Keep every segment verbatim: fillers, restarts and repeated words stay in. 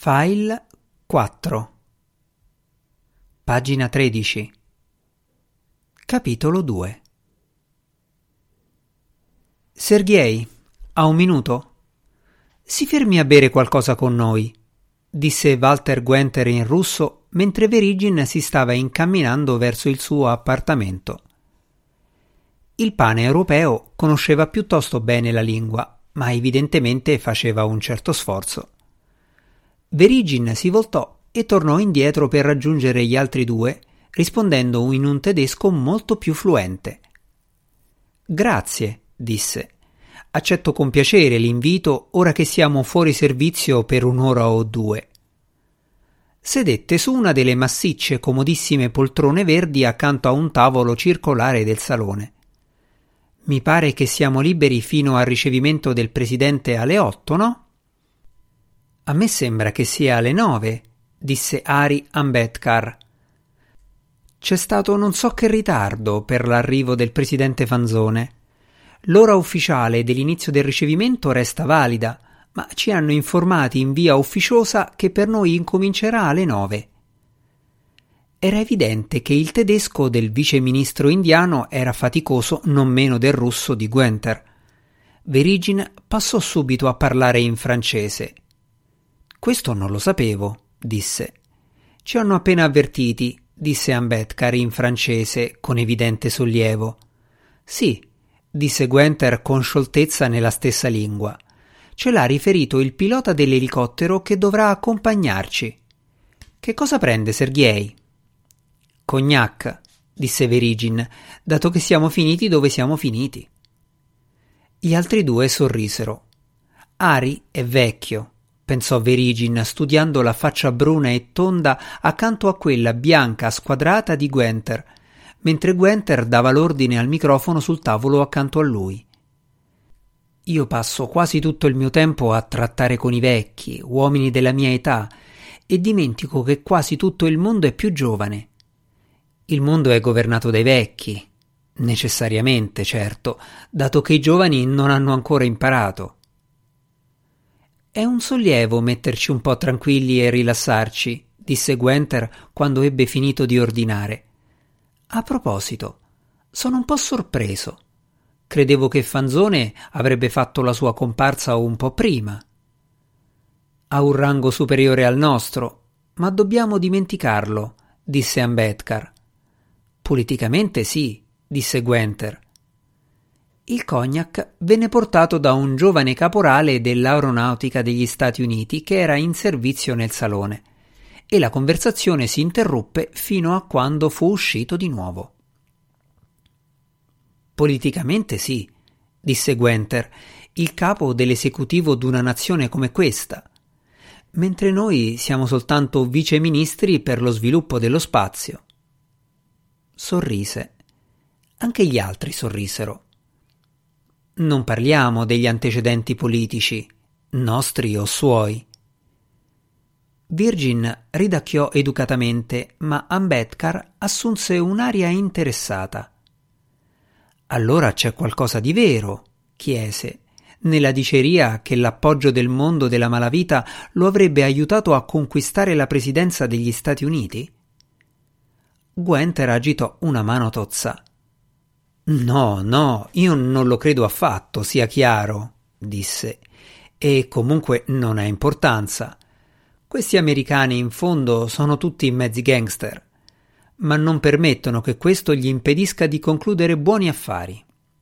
File quattro. Pagina tredici. Capitolo due. Sergei, ha un minuto? Si fermi a bere qualcosa con noi, disse Walter Guenther in russo mentre Verigin si stava incamminando verso il suo appartamento. Il pane europeo conosceva piuttosto bene la lingua, ma evidentemente faceva un certo sforzo. Verigin si voltò e tornò indietro per raggiungere gli altri due, rispondendo in un tedesco molto più fluente. «Grazie», disse. «Accetto con piacere l'invito ora che siamo fuori servizio per un'ora o due». Sedette su una delle massicce, comodissime poltrone verdi accanto a un tavolo circolare del salone. «Mi pare che siamo liberi fino al ricevimento del presidente alle otto, no?» «A me sembra che sia alle nove», disse Ari Ambedkar. «C'è stato non so che ritardo per l'arrivo del presidente Fanzone. L'ora ufficiale dell'inizio del ricevimento resta valida, ma ci hanno informati in via ufficiosa che per noi incomincerà alle nove». Era evidente che il tedesco del vice ministro indiano era faticoso non meno del russo di Guenther. Verigin passò subito a parlare in francese. «Questo non lo sapevo», disse. «Ci hanno appena avvertiti», disse Ambedkar in francese con evidente sollievo. «Sì», disse Guenther con scioltezza nella stessa lingua. «Ce l'ha riferito il pilota dell'elicottero che dovrà accompagnarci». «Che cosa prende Sergei?» «Cognac», disse Verigin, «dato che siamo finiti dove siamo finiti». Gli altri due sorrisero. «Ari è vecchio», pensò Verigin studiando la faccia bruna e tonda accanto a quella bianca squadrata di Guenther, mentre Guenther dava l'ordine al microfono sul tavolo accanto a lui. «Io passo quasi tutto il mio tempo a trattare con i vecchi, uomini della mia età, e dimentico che quasi tutto il mondo è più giovane. Il mondo è governato dai vecchi, necessariamente, certo, dato che i giovani non hanno ancora imparato. È un sollievo metterci un po' tranquilli e rilassarci», disse Guenther quando ebbe finito di ordinare. «A proposito, sono un po' sorpreso. Credevo che Fanzone avrebbe fatto la sua comparsa un po' prima. Ha un rango superiore al nostro, ma dobbiamo dimenticarlo», disse Ambedkar. «Politicamente sì», disse Guenther. Il cognac venne portato da un giovane caporale dell'aeronautica degli Stati Uniti che era in servizio nel salone, e la conversazione si interruppe fino a quando fu uscito di nuovo. «Politicamente sì», disse Guenther, «il capo dell'esecutivo d'una nazione come questa, mentre noi siamo soltanto viceministri per lo sviluppo dello spazio». Sorrise. Anche gli altri sorrisero. «Non parliamo degli antecedenti politici, nostri o suoi». Virgin ridacchiò educatamente, ma Ambedkar assunse un'aria interessata. «Allora c'è qualcosa di vero», chiese, «nella diceria che l'appoggio del mondo della malavita lo avrebbe aiutato a conquistare la presidenza degli Stati Uniti?» Guenther agitò una mano tozza. «No, no, io non lo credo affatto, sia chiaro», disse, «e comunque non ha importanza. Questi americani in fondo sono tutti mezzi gangster, ma non permettono che questo gli impedisca di concludere buoni affari».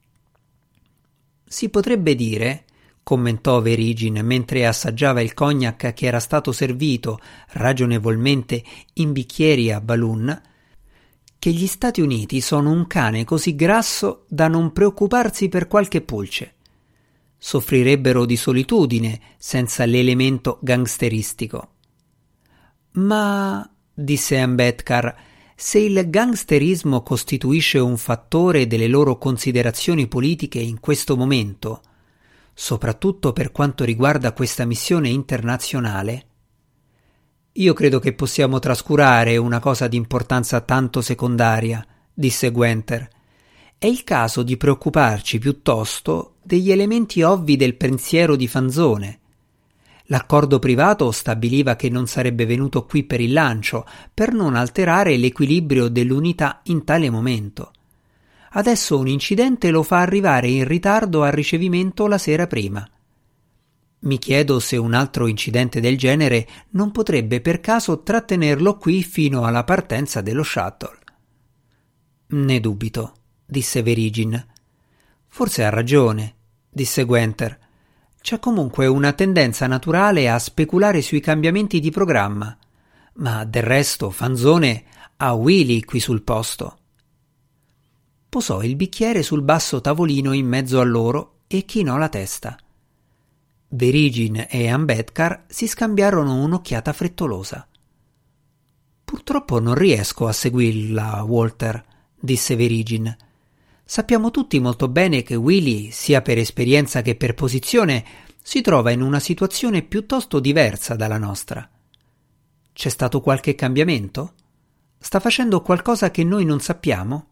«Si potrebbe dire», commentò Verigin mentre assaggiava il cognac che era stato servito, ragionevolmente, in bicchieri a balloon, «che gli Stati Uniti sono un cane così grasso da non preoccuparsi per qualche pulce. Soffrirebbero di solitudine senza l'elemento gangsteristico». «Ma», disse Ambedkar, «se il gangsterismo costituisce un fattore delle loro considerazioni politiche in questo momento, soprattutto per quanto riguarda questa missione internazionale, io credo che possiamo trascurare una cosa di importanza tanto secondaria», disse Guenther. «È il caso di preoccuparci piuttosto degli elementi ovvi del pensiero di Fanzone. L'accordo privato stabiliva che non sarebbe venuto qui per il lancio, per non alterare l'equilibrio dell'unità in tale momento. Adesso un incidente lo fa arrivare in ritardo al ricevimento la sera prima. Mi chiedo se un altro incidente del genere non potrebbe per caso trattenerlo qui fino alla partenza dello shuttle. Ne dubito, disse Verigin. Forse ha ragione, disse Guenther. C'è comunque una tendenza naturale a speculare sui cambiamenti di programma, ma del resto Fanzone ha Willy qui sul posto. Posò il bicchiere sul basso tavolino in mezzo a loro e chinò la testa. Verigin e Ambedkar si scambiarono un'occhiata frettolosa. Purtroppo non riesco a seguirla, Walter, disse Verigin. Sappiamo tutti molto bene che Willy, sia per esperienza che per posizione, si trova in una situazione piuttosto diversa dalla nostra. C'è stato qualche cambiamento? Sta facendo qualcosa che noi non sappiamo?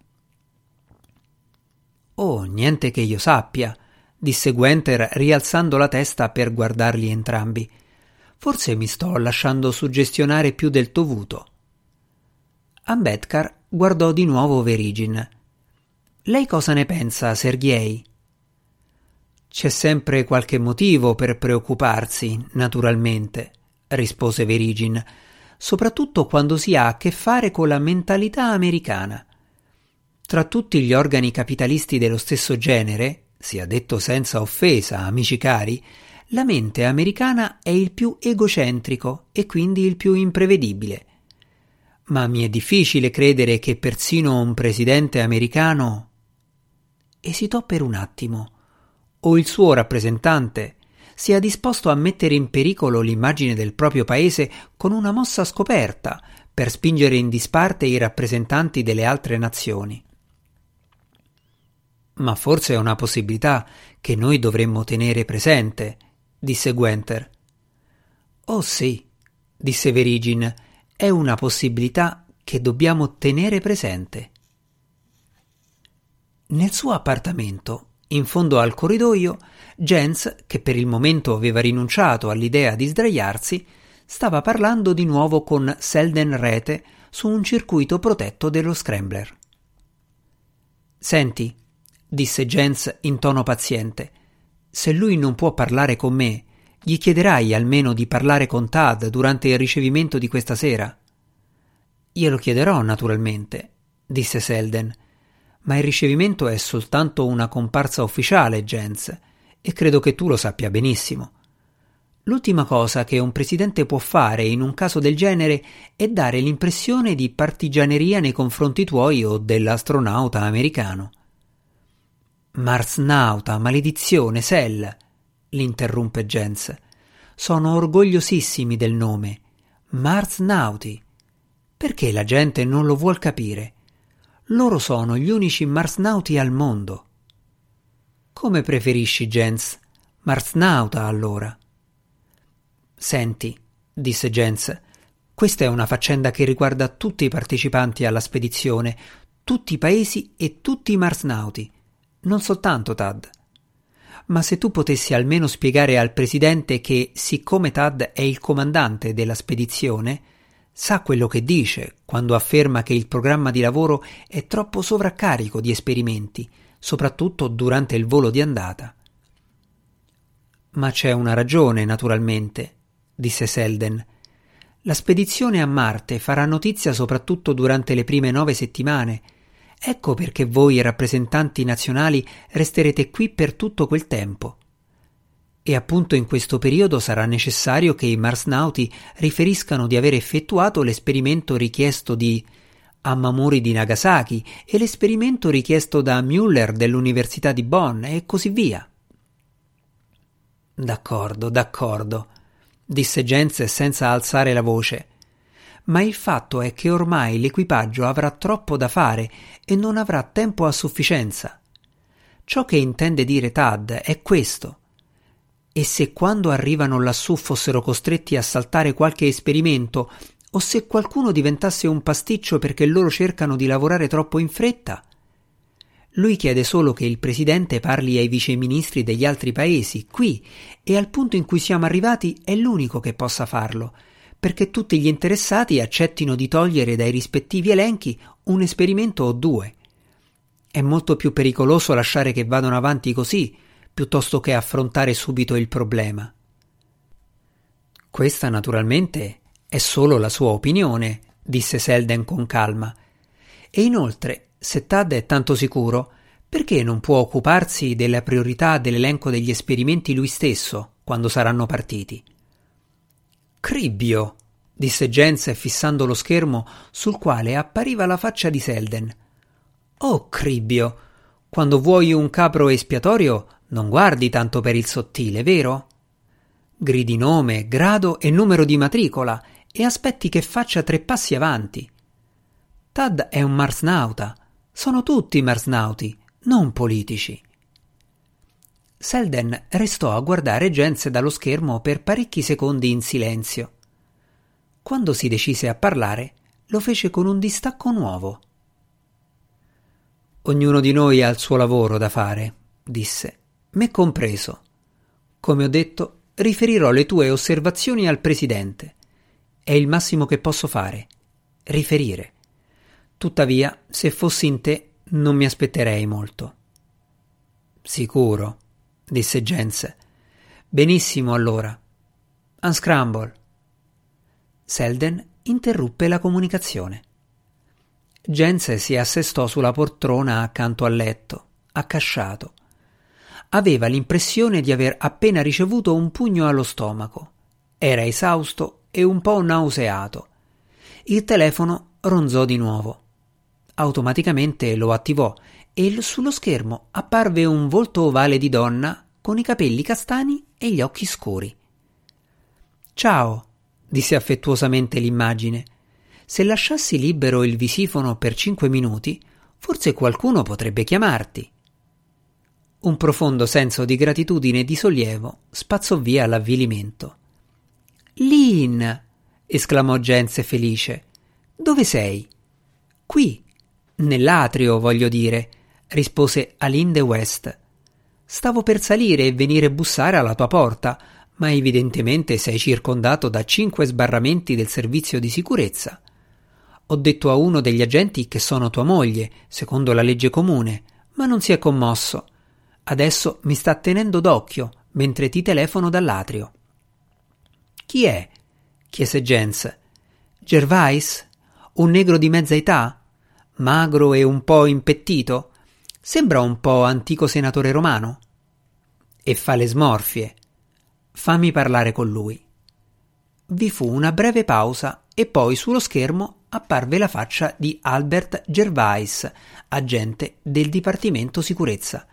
Oh, niente che io sappia, disse Guenther rialzando la testa per guardarli entrambi. Forse mi sto lasciando suggestionare più del dovuto. Ambedkar guardò di nuovo Verigin. Lei cosa ne pensa, Sergei? C'è sempre qualche motivo per preoccuparsi, naturalmente, rispose Verigin, soprattutto quando si ha a che fare con la mentalità americana. Tra tutti gli organi capitalisti dello stesso genere, sia detto senza offesa, amici cari, la mente americana è il più egocentrico e quindi il più imprevedibile. Ma mi è difficile credere che persino un presidente americano... Esitò per un attimo. O il suo rappresentante sia disposto a mettere in pericolo l'immagine del proprio paese con una mossa scoperta per spingere in disparte i rappresentanti delle altre nazioni. Ma forse è una possibilità che noi dovremmo tenere presente, disse Guenther. Oh sì, disse Verigin, è una possibilità che dobbiamo tenere presente. Nel suo appartamento, in fondo al corridoio, Jens, che per il momento aveva rinunciato all'idea di sdraiarsi, stava parlando di nuovo con Selden Rete su un circuito protetto dello Scrambler. Senti, disse Jens in tono paziente, se lui non può parlare con me, gli chiederai almeno di parlare con Tad durante il ricevimento di questa sera? Glielo chiederò, naturalmente, disse Selden. Ma il ricevimento è soltanto una comparsa ufficiale, Jens, e credo che tu lo sappia benissimo. L'ultima cosa che un presidente può fare in un caso del genere è dare l'impressione di partigianeria nei confronti tuoi o dell'astronauta americano. Marsnauta, maledizione, Sel, l'interrumpe Jens. Sono orgogliosissimi del nome. Marsnauti. Perché la gente non lo vuol capire? Loro sono gli unici marsnauti al mondo. Come preferisci, Jens? Marsnauta, allora. Senti, disse Jens, questa è una faccenda che riguarda tutti i partecipanti alla spedizione, tutti i paesi e tutti i marsnauti, non soltanto Tad. Ma se tu potessi almeno spiegare al presidente che, siccome Tad è il comandante della spedizione, sa quello che dice quando afferma che il programma di lavoro è troppo sovraccarico di esperimenti, soprattutto durante il volo di andata. Ma c'è una ragione, naturalmente, disse Selden. La spedizione a Marte farà notizia soprattutto durante le prime nove settimane. Ecco perché voi rappresentanti nazionali resterete qui per tutto quel tempo. E appunto in questo periodo sarà necessario che i marsnauti riferiscano di aver effettuato l'esperimento richiesto di Amamori di Nagasaki e l'esperimento richiesto da Müller dell'Università di Bonn e così via. D'accordo, d'accordo, disse Jens senza alzare la voce. Ma il fatto è che ormai l'equipaggio avrà troppo da fare e non avrà tempo a sufficienza. Ciò che intende dire Tad è questo. E se quando arrivano lassù fossero costretti a saltare qualche esperimento, o se qualcuno diventasse un pasticcio perché loro cercano di lavorare troppo in fretta, Lui chiede solo che il presidente parli ai viceministri degli altri paesi, qui, e al punto in cui siamo arrivati è l'unico che possa farlo, perché tutti gli interessati accettino di togliere dai rispettivi elenchi un esperimento o due. È molto più pericoloso lasciare che vadano avanti così, piuttosto che affrontare subito il problema. Questa, naturalmente, è solo la sua opinione, disse Selden con calma. E inoltre, se Tad è tanto sicuro, perché non può occuparsi della priorità dell'elenco degli esperimenti lui stesso, quando saranno partiti? Cribbio, disse Jens fissando lo schermo sul quale appariva la faccia di Selden. Oh, Cribbio, quando vuoi un capro espiatorio non guardi tanto per il sottile, vero? Gridi nome, grado e numero di matricola e aspetti che faccia tre passi avanti. Tad è un marsnauta. Sono tutti marsnauti, non politici. Selden restò a guardare Jens dallo schermo per parecchi secondi in silenzio. Quando si decise a parlare, lo fece con un distacco nuovo. Ognuno di noi ha il suo lavoro da fare, disse, me compreso. Come ho detto, riferirò le tue osservazioni al presidente. È il massimo che posso fare, riferire. Tuttavia, se fossi in te, non mi aspetterei molto. Sicuro, disse Jens. Benissimo, allora. Unscramble. Selden interruppe la comunicazione. Jens si assestò sulla poltrona accanto al letto, accasciato. Aveva l'impressione di aver appena ricevuto un pugno allo stomaco. Era esausto e un po' nauseato. Il telefono ronzò di nuovo. Automaticamente lo attivò e sullo schermo apparve un volto ovale di donna con i capelli castani e gli occhi scuri. Ciao, disse affettuosamente l'immagine. Se lasciassi libero il visifono per cinque minuti, forse qualcuno potrebbe chiamarti. Un profondo senso di gratitudine e di sollievo spazzò via l'avvilimento. Lynn! Esclamò Jens felice. Dove sei? Qui. Nell'atrio, voglio dire, rispose Aline de West. Stavo per salire e venire a bussare alla tua porta, ma evidentemente sei circondato da cinque sbarramenti del servizio di sicurezza. Ho detto a uno degli agenti che sono tua moglie, secondo la legge comune, ma non si è commosso. Adesso mi sta tenendo d'occhio mentre ti telefono dall'atrio. Chi è? Chiese Jens. Gervais? Un negro di mezza età? Magro e un po' impettito? Sembra un po' antico senatore romano. E fa le smorfie. Fammi parlare con lui. Vi fu una breve pausa e poi sullo schermo apparve la faccia di Albert Gervais, agente del Dipartimento Sicurezza.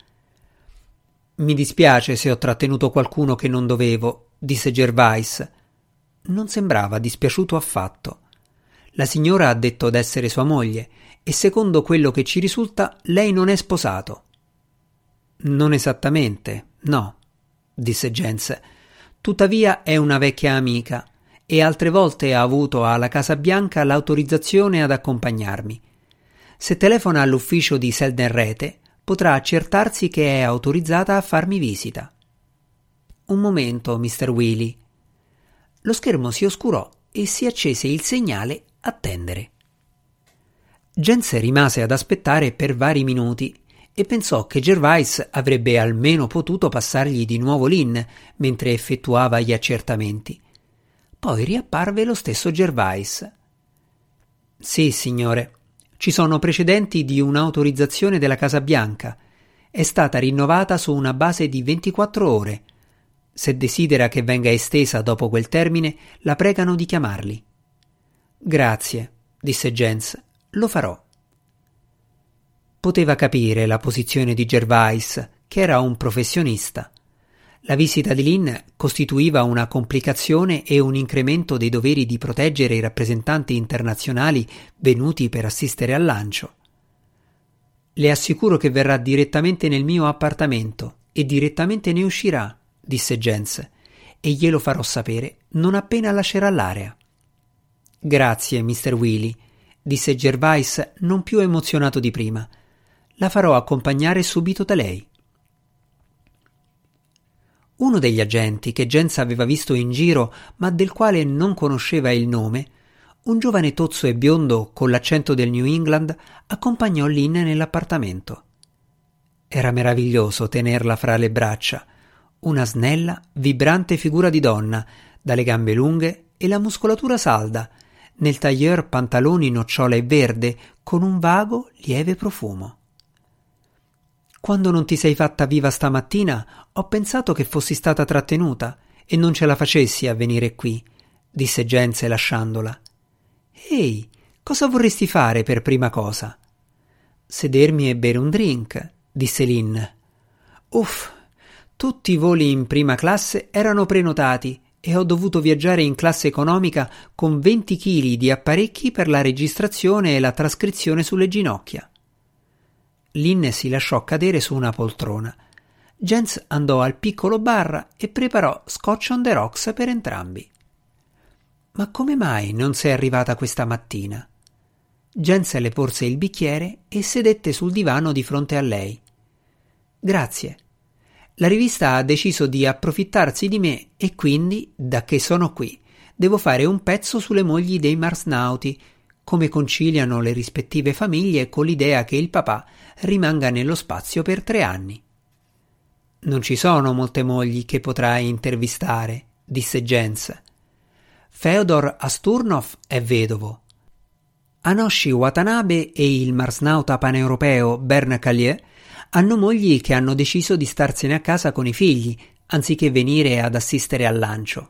Mi dispiace se ho trattenuto qualcuno che non dovevo, disse Gervais. Non sembrava dispiaciuto affatto. La signora ha detto d'essere sua moglie e secondo quello che ci risulta lei non è sposato. Non esattamente, no, disse Jens. Tuttavia è una vecchia amica e altre volte ha avuto alla Casa Bianca l'autorizzazione ad accompagnarmi. Se telefona all'ufficio di Selden Rete potrà accertarsi che è autorizzata a farmi visita. Un momento, mister Wheely. Lo schermo si oscurò e si accese il segnale attendere. Jens rimase ad aspettare per vari minuti e pensò che Gervais avrebbe almeno potuto passargli di nuovo Lynn mentre effettuava gli accertamenti. Poi riapparve lo stesso Gervais. Sì, signore. Ci sono precedenti di un'autorizzazione della Casa Bianca. È stata rinnovata su una base di ventiquattro ore. Se desidera che venga estesa dopo quel termine, la pregano di chiamarli. Grazie, disse Jens. Lo farò. Poteva capire la posizione di Gervais, che era un professionista. La visita di Lynn costituiva una complicazione e un incremento dei doveri di proteggere i rappresentanti internazionali venuti per assistere al lancio. Le assicuro che verrà direttamente nel mio appartamento e direttamente ne uscirà, disse Jens, e glielo farò sapere non appena lascerà l'area. Grazie, mister Wheely, disse Gervais non più emozionato di prima. La farò accompagnare subito da lei. Uno degli agenti che Jens aveva visto in giro ma del quale non conosceva il nome, un giovane tozzo e biondo con l'accento del New England, accompagnò Lynn nell'appartamento. Era meraviglioso tenerla fra le braccia, una snella, vibrante figura di donna, dalle gambe lunghe e la muscolatura salda, nel tailleur pantaloni nocciola e verde con un vago, lieve profumo. Quando non ti sei fatta viva stamattina, ho pensato che fossi stata trattenuta e non ce la facessi a venire qui, disse Jens lasciandola. Ehi, cosa vorresti fare per prima cosa? Sedermi e bere un drink, disse Lynn. Uff, tutti i voli in prima classe erano prenotati e ho dovuto viaggiare in classe economica con venti chili di apparecchi per la registrazione e la trascrizione sulle ginocchia. Lynn si lasciò cadere su una poltrona. Jens andò al piccolo bar e preparò Scotch on the rocks per entrambi. Ma come mai non sei arrivata questa mattina? Jens le porse il bicchiere e sedette sul divano di fronte a lei. Grazie. La rivista ha deciso di approfittarsi di me e quindi, da che sono qui, devo fare un pezzo sulle mogli dei marsnauti, come conciliano le rispettive famiglie con l'idea che il papà rimanga nello spazio per tre anni. Non ci sono molte mogli che potrai intervistare, disse Jens. Feodor Asturnov è vedovo. Anoshi Watanabe e il marsnauta paneuropeo Bern Callier hanno mogli che hanno deciso di starsene a casa con i figli, anziché venire ad assistere al lancio.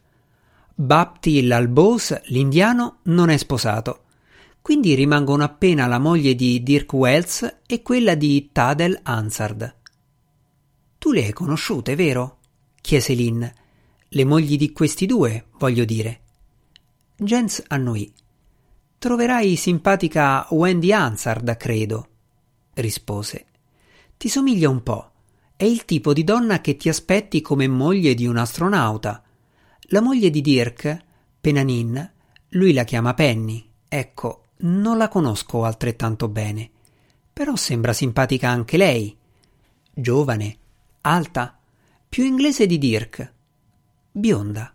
Bapti Lalbos, l'indiano, non è sposato. Quindi rimangono appena la moglie di Dirk Wells e quella di Tadel Hansard. Tu le hai conosciute, vero? Chiese Lynn. Le mogli di questi due, voglio dire. Jens annuì. Troverai simpatica Wendy Hansard, credo, rispose. Ti somiglia un po'. È il tipo di donna che ti aspetti come moglie di un astronauta. La moglie di Dirk, Penanin, lui la chiama Penny. Ecco, non la conosco altrettanto bene, però sembra simpatica anche lei. Giovane, alta, più inglese di Dirk, bionda.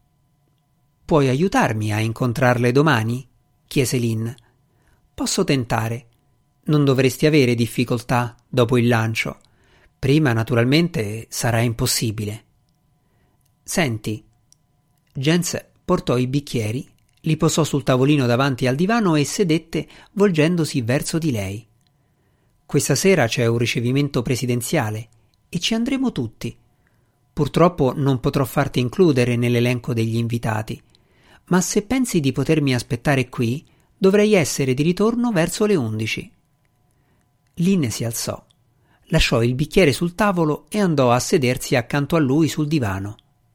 Puoi aiutarmi a incontrarle domani? Chiese Lynn. Posso tentare. Non dovresti avere difficoltà dopo il lancio. Prima, naturalmente, sarà impossibile. Senti. Jens portò i bicchieri, li posò sul tavolino davanti al divano e sedette volgendosi verso di lei. Questa sera c'è un ricevimento presidenziale e ci andremo tutti. Purtroppo non potrò farti includere nell'elenco degli invitati, ma se pensi di potermi aspettare qui, dovrei essere di ritorno verso le undici. Lynn si alzò, lasciò il bicchiere sul tavolo e andò a sedersi accanto a lui sul divano.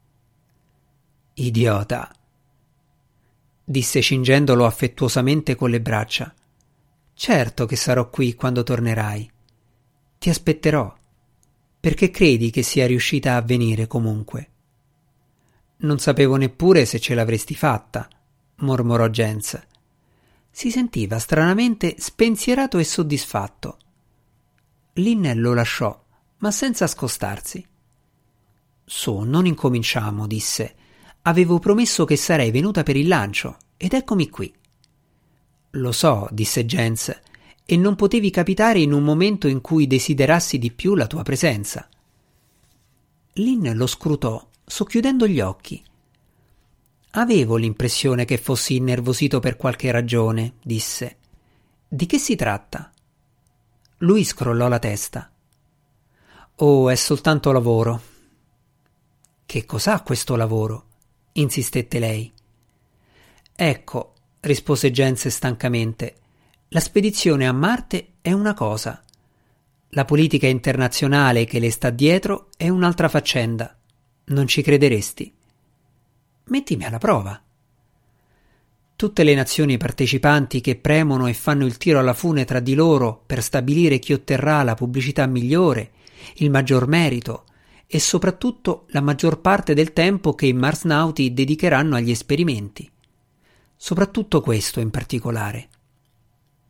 Idiota, disse cingendolo affettuosamente con le braccia. Certo che sarò qui quando tornerai. Ti aspetterò. Perché credi che sia riuscita a venire comunque? Non sapevo neppure se ce l'avresti fatta, mormorò Jens. Si sentiva stranamente spensierato e soddisfatto. Lynn lo lasciò, ma senza scostarsi. Su, non incominciamo, disse. Avevo promesso che sarei venuta per il lancio, ed eccomi qui. Lo so, disse Jens, e non potevi capitare in un momento in cui desiderassi di più la tua presenza. Lynn lo scrutò, socchiudendo gli occhi. Avevo l'impressione che fossi innervosito per qualche ragione, disse. Di che si tratta? Lui scrollò la testa. Oh, è soltanto lavoro. Che cos'ha questo lavoro? Insistette lei. Ecco, rispose Jens stancamente, la spedizione a Marte è una cosa. La politica internazionale che le sta dietro è un'altra faccenda. Non ci crederesti. Mettimi alla prova. Tutte le nazioni partecipanti che premono e fanno il tiro alla fune tra di loro per stabilire chi otterrà la pubblicità migliore, il maggior merito e soprattutto la maggior parte del tempo che i marsnauti dedicheranno agli esperimenti. Soprattutto questo in particolare.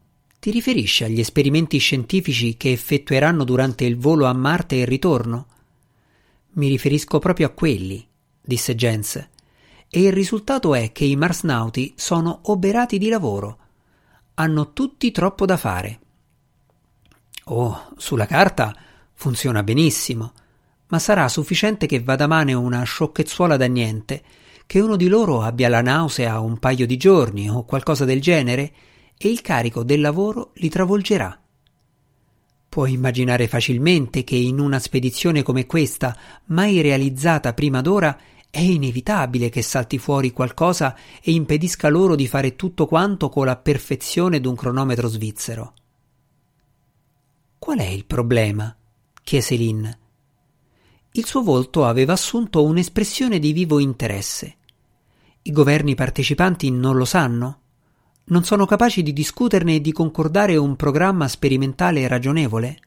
Ti riferisci agli esperimenti scientifici che effettueranno durante il volo a Marte e il ritorno? Mi riferisco proprio a quelli, disse Jens, e il risultato è che i marsnauti sono oberati di lavoro. Hanno tutti troppo da fare. Oh, sulla carta funziona benissimo, ma sarà sufficiente che vada a mane una sciocchezzuola da niente, che uno di loro abbia la nausea un paio di giorni o qualcosa del genere, e il carico del lavoro li travolgerà. Puoi immaginare facilmente che in una spedizione come questa, mai realizzata prima d'ora, è inevitabile che salti fuori qualcosa e impedisca loro di fare tutto quanto con la perfezione d'un cronometro svizzero. Qual è il problema? Chiese Lynn. Il suo volto aveva assunto un'espressione di vivo interesse. I governi partecipanti non lo sanno? Non sono capaci di discuterne e di concordare un programma sperimentale ragionevole?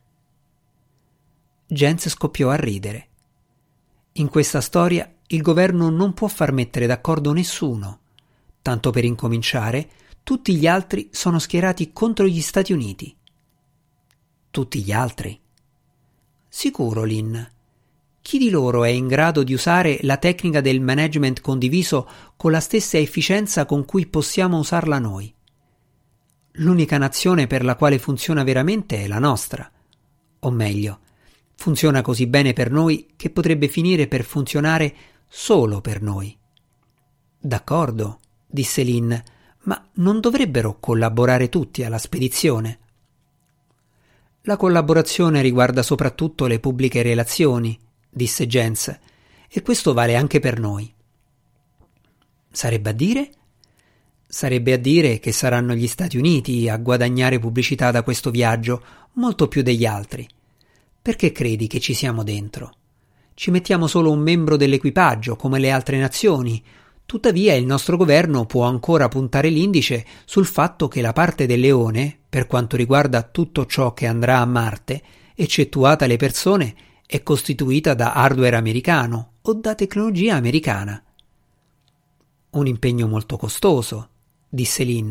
Jens scoppiò a ridere. In questa storia il governo non può far mettere d'accordo nessuno. Tanto per incominciare, tutti gli altri sono schierati contro gli Stati Uniti. Tutti gli altri? Sicuro, Lynn. Chi di loro è in grado di usare la tecnica del management condiviso con la stessa efficienza con cui possiamo usarla noi? L'unica nazione per la quale funziona veramente è la nostra. O meglio, funziona così bene per noi che potrebbe finire per funzionare solo per noi. D'accordo, disse Lynn, ma non dovrebbero collaborare tutti alla spedizione? La collaborazione riguarda soprattutto le pubbliche relazioni, disse Jens, e questo vale anche per noi. Sarebbe a dire? Sarebbe a dire che saranno gli Stati Uniti a guadagnare pubblicità da questo viaggio molto più degli altri. Perché credi che ci siamo dentro? Ci mettiamo solo un membro dell'equipaggio, come le altre nazioni. Tuttavia il nostro governo può ancora puntare l'indice sul fatto che la parte del leone, per quanto riguarda tutto ciò che andrà a Marte, eccettuata le persone, è costituita da hardware americano o da tecnologia americana. Un impegno molto costoso, disse Lynn.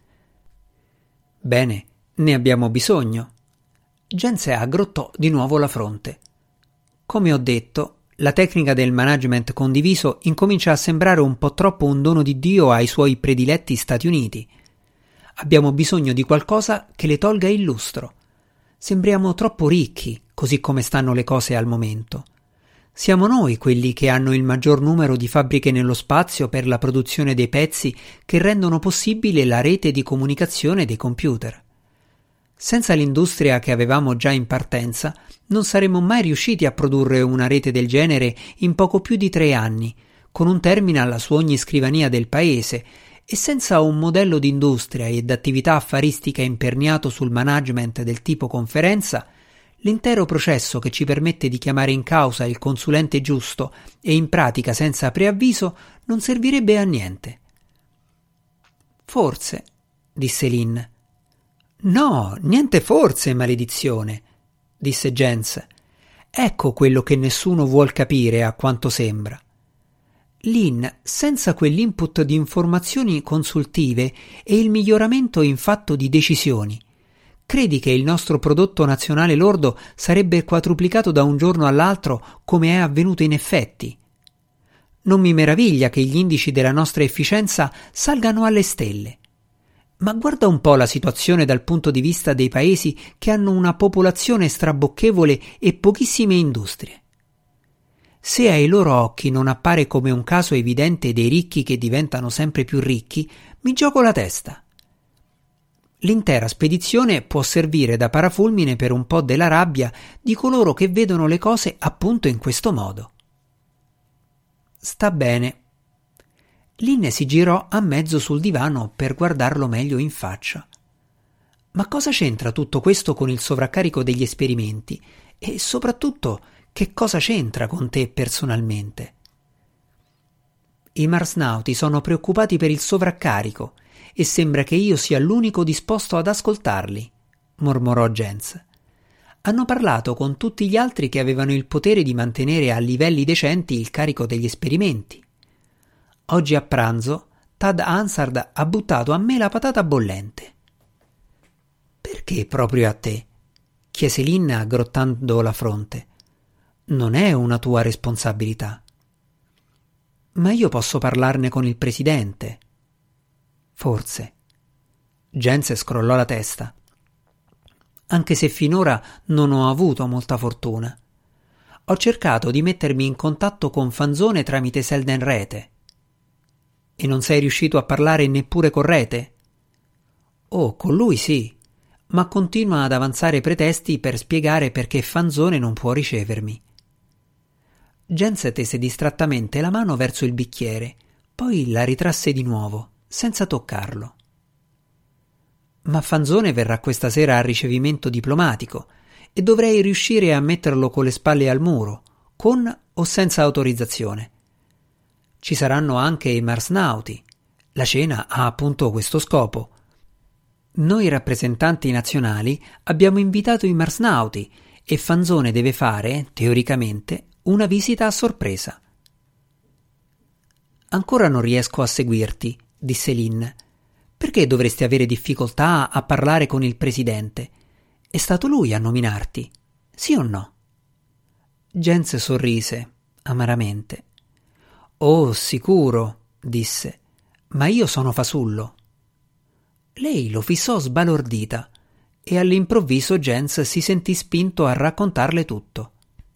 Bene, ne abbiamo bisogno. Jens aggrottò di nuovo la fronte. Come ho detto, la tecnica del management condiviso incomincia a sembrare un po' troppo un dono di Dio ai suoi prediletti Stati Uniti. Abbiamo bisogno di qualcosa che le tolga il lustro. Sembriamo troppo ricchi, così come stanno le cose al momento. Siamo noi quelli che hanno il maggior numero di fabbriche nello spazio per la produzione dei pezzi che rendono possibile la rete di comunicazione dei computer. Senza l'industria che avevamo già in partenza, non saremmo mai riusciti a produrre una rete del genere in poco più di tre anni, con un terminal su ogni scrivania del paese, e senza un modello di industria ed attività affaristica imperniato sul management del tipo conferenza, l'intero processo che ci permette di chiamare in causa il consulente giusto e in pratica senza preavviso non servirebbe a niente. Forse, disse Lynn. No, niente forse, maledizione, disse Jens. Ecco quello che nessuno vuol capire a quanto sembra. Lynn, senza quell'input di informazioni consultive e il miglioramento in fatto di decisioni, credi che il nostro prodotto nazionale lordo sarebbe quadruplicato da un giorno all'altro come è avvenuto in effetti? Non mi meraviglia che gli indici della nostra efficienza salgano alle stelle. Ma guarda un po' la situazione dal punto di vista dei paesi che hanno una popolazione strabocchevole e pochissime industrie. Se ai loro occhi non appare come un caso evidente dei ricchi che diventano sempre più ricchi, mi gioco la testa. L'intera spedizione può servire da parafulmine per un po' della rabbia di coloro che vedono le cose appunto in questo modo. Sta bene. Lynn si girò a mezzo sul divano per guardarlo meglio in faccia. Ma cosa c'entra tutto questo con il sovraccarico degli esperimenti? E soprattutto, che cosa c'entra con te personalmente? I marsnauti sono preoccupati per il sovraccarico e sembra che io sia l'unico disposto ad ascoltarli, mormorò Jens. Hanno parlato con tutti gli altri che avevano il potere di mantenere a livelli decenti il carico degli esperimenti. Oggi a pranzo Tad Hansard ha buttato a me la patata bollente. Perché proprio a te? Chiese Lynn aggrottando la fronte. Non è una tua responsabilità. Ma io posso parlarne con il presidente. Forse. Jens scrollò la testa. Anche se finora non ho avuto molta fortuna. Ho cercato di mettermi in contatto con Fanzone tramite Selden Rete. E non sei riuscito a parlare neppure con Rete? Oh, con lui sì, ma continua ad avanzare pretesti per spiegare perché Fanzone non può ricevermi. Jens tese distrattamente la mano verso il bicchiere, poi la ritrasse di nuovo, senza toccarlo. Ma Fanzone verrà questa sera al ricevimento diplomatico e dovrei riuscire a metterlo con le spalle al muro, con o senza autorizzazione. Ci saranno anche i marsnauti. La cena ha appunto questo scopo. Noi rappresentanti nazionali abbiamo invitato i marsnauti e Fanzone deve fare, teoricamente, una visita a sorpresa. Ancora non riesco a seguirti, disse Lynn. Perché dovresti avere difficoltà a parlare con il presidente? È stato lui a nominarti, sì o no? Jens sorrise, amaramente. Oh, sicuro, disse, ma io sono fasullo. Lei lo fissò sbalordita e all'improvviso Jens si sentì spinto a raccontarle tutto.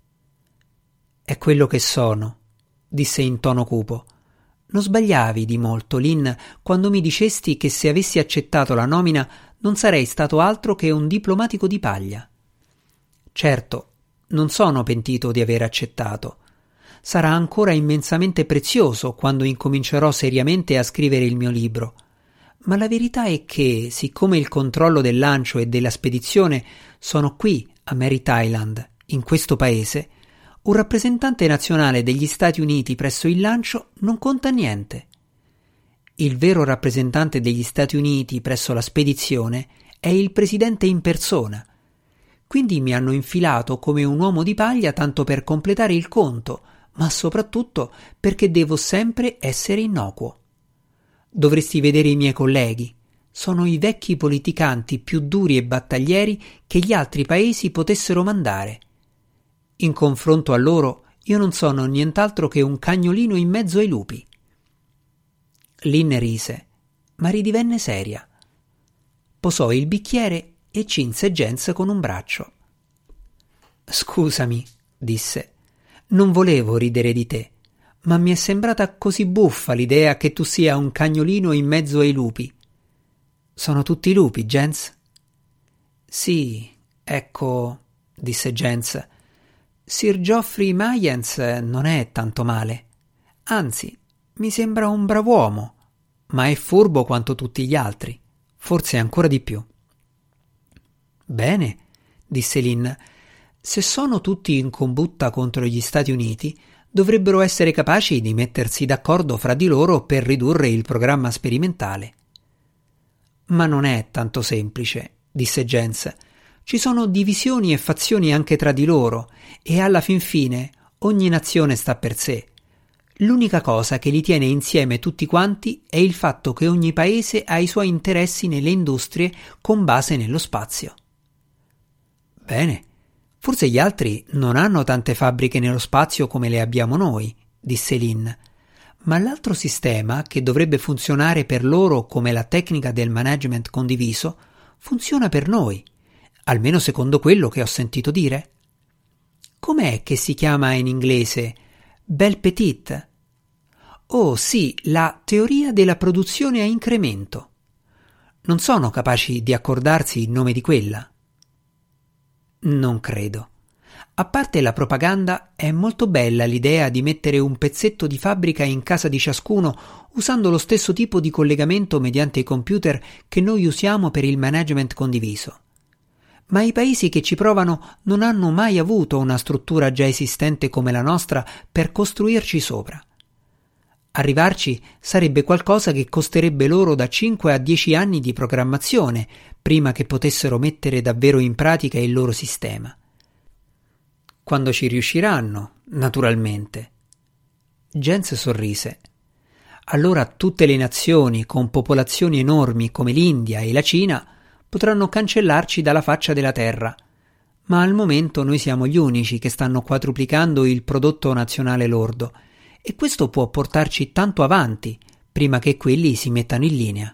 È quello che sono, disse in tono cupo. Non sbagliavi di molto, Lynn, quando mi dicesti che se avessi accettato la nomina non sarei stato altro che un diplomatico di paglia. Certo, non sono pentito di aver accettato. Sarà ancora immensamente prezioso quando incomincerò seriamente a scrivere il mio libro. Ma la verità è che, siccome il controllo del lancio e della spedizione sono qui, a Merritt Island, in questo paese, un rappresentante nazionale degli Stati Uniti presso il lancio non conta niente. Il vero rappresentante degli Stati Uniti presso la spedizione è il presidente in persona. Quindi mi hanno infilato come un uomo di paglia tanto per completare il conto, ma soprattutto perché devo sempre essere innocuo. Dovresti vedere i miei colleghi. Sono i vecchi politicanti più duri e battaglieri che gli altri paesi potessero mandare. In confronto a loro io non sono nient'altro che un cagnolino in mezzo ai lupi. Lynn rise, ma ridivenne seria. Posò il bicchiere e cinse Jens con un braccio. Scusami, disse, non volevo ridere di te, ma mi è sembrata così buffa l'idea che tu sia un cagnolino in mezzo ai lupi. Sono tutti lupi, Jens? Sì, ecco, disse Jens. Sir Geoffrey Mayens non è tanto male. Anzi, mi sembra un brav'uomo, ma è furbo quanto tutti gli altri, forse ancora di più. Bene, disse Lynn, se sono tutti in combutta contro gli Stati Uniti, dovrebbero essere capaci di mettersi d'accordo fra di loro per ridurre il programma sperimentale. Ma non è tanto semplice, disse Jens. Ci sono divisioni e fazioni anche tra di loro e alla fin fine ogni nazione sta per sé. L'unica cosa che li tiene insieme tutti quanti è il fatto che ogni paese ha i suoi interessi nelle industrie con base nello spazio. Bene, forse gli altri non hanno tante fabbriche nello spazio come le abbiamo noi, disse Lynn, ma l'altro sistema, che dovrebbe funzionare per loro come la tecnica del management condiviso, funziona per noi. Almeno secondo quello che ho sentito dire. Com'è che si chiama in inglese? Bel petit? Oh sì, la teoria della produzione a incremento. Non sono capaci di accordarsi il nome di quella? Non credo. A parte la propaganda, è molto bella l'idea di mettere un pezzetto di fabbrica in casa di ciascuno usando lo stesso tipo di collegamento mediante i computer che noi usiamo per il management condiviso. Ma i paesi che ci provano non hanno mai avuto una struttura già esistente come la nostra per costruirci sopra. Arrivarci sarebbe qualcosa che costerebbe loro da cinque a dieci anni di programmazione prima che potessero mettere davvero in pratica il loro sistema. Quando ci riusciranno, naturalmente. Jens sorrise. Allora tutte le nazioni con popolazioni enormi come l'India e la Cina potranno cancellarci dalla faccia della terra, ma al momento noi siamo gli unici che stanno quadruplicando il prodotto nazionale lordo e questo può portarci tanto avanti prima che quelli si mettano in linea.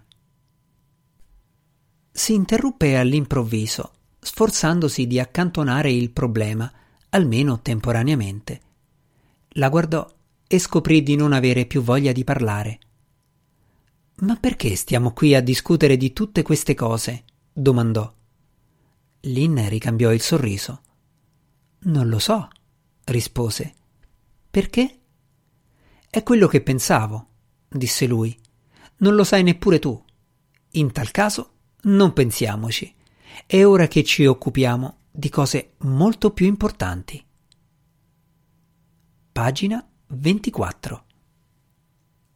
Si interruppe all'improvviso, sforzandosi di accantonare il problema, almeno temporaneamente. La guardò e scoprì di non avere più voglia di parlare. «Ma perché stiamo qui a discutere di tutte queste cose?» domandò. Lynn ricambiò il sorriso. «Non lo so», rispose. «Perché?» «È quello che pensavo», disse lui. «Non lo sai neppure tu. In tal caso non pensiamoci. È ora che ci occupiamo di cose molto più importanti». Pagina ventiquattro.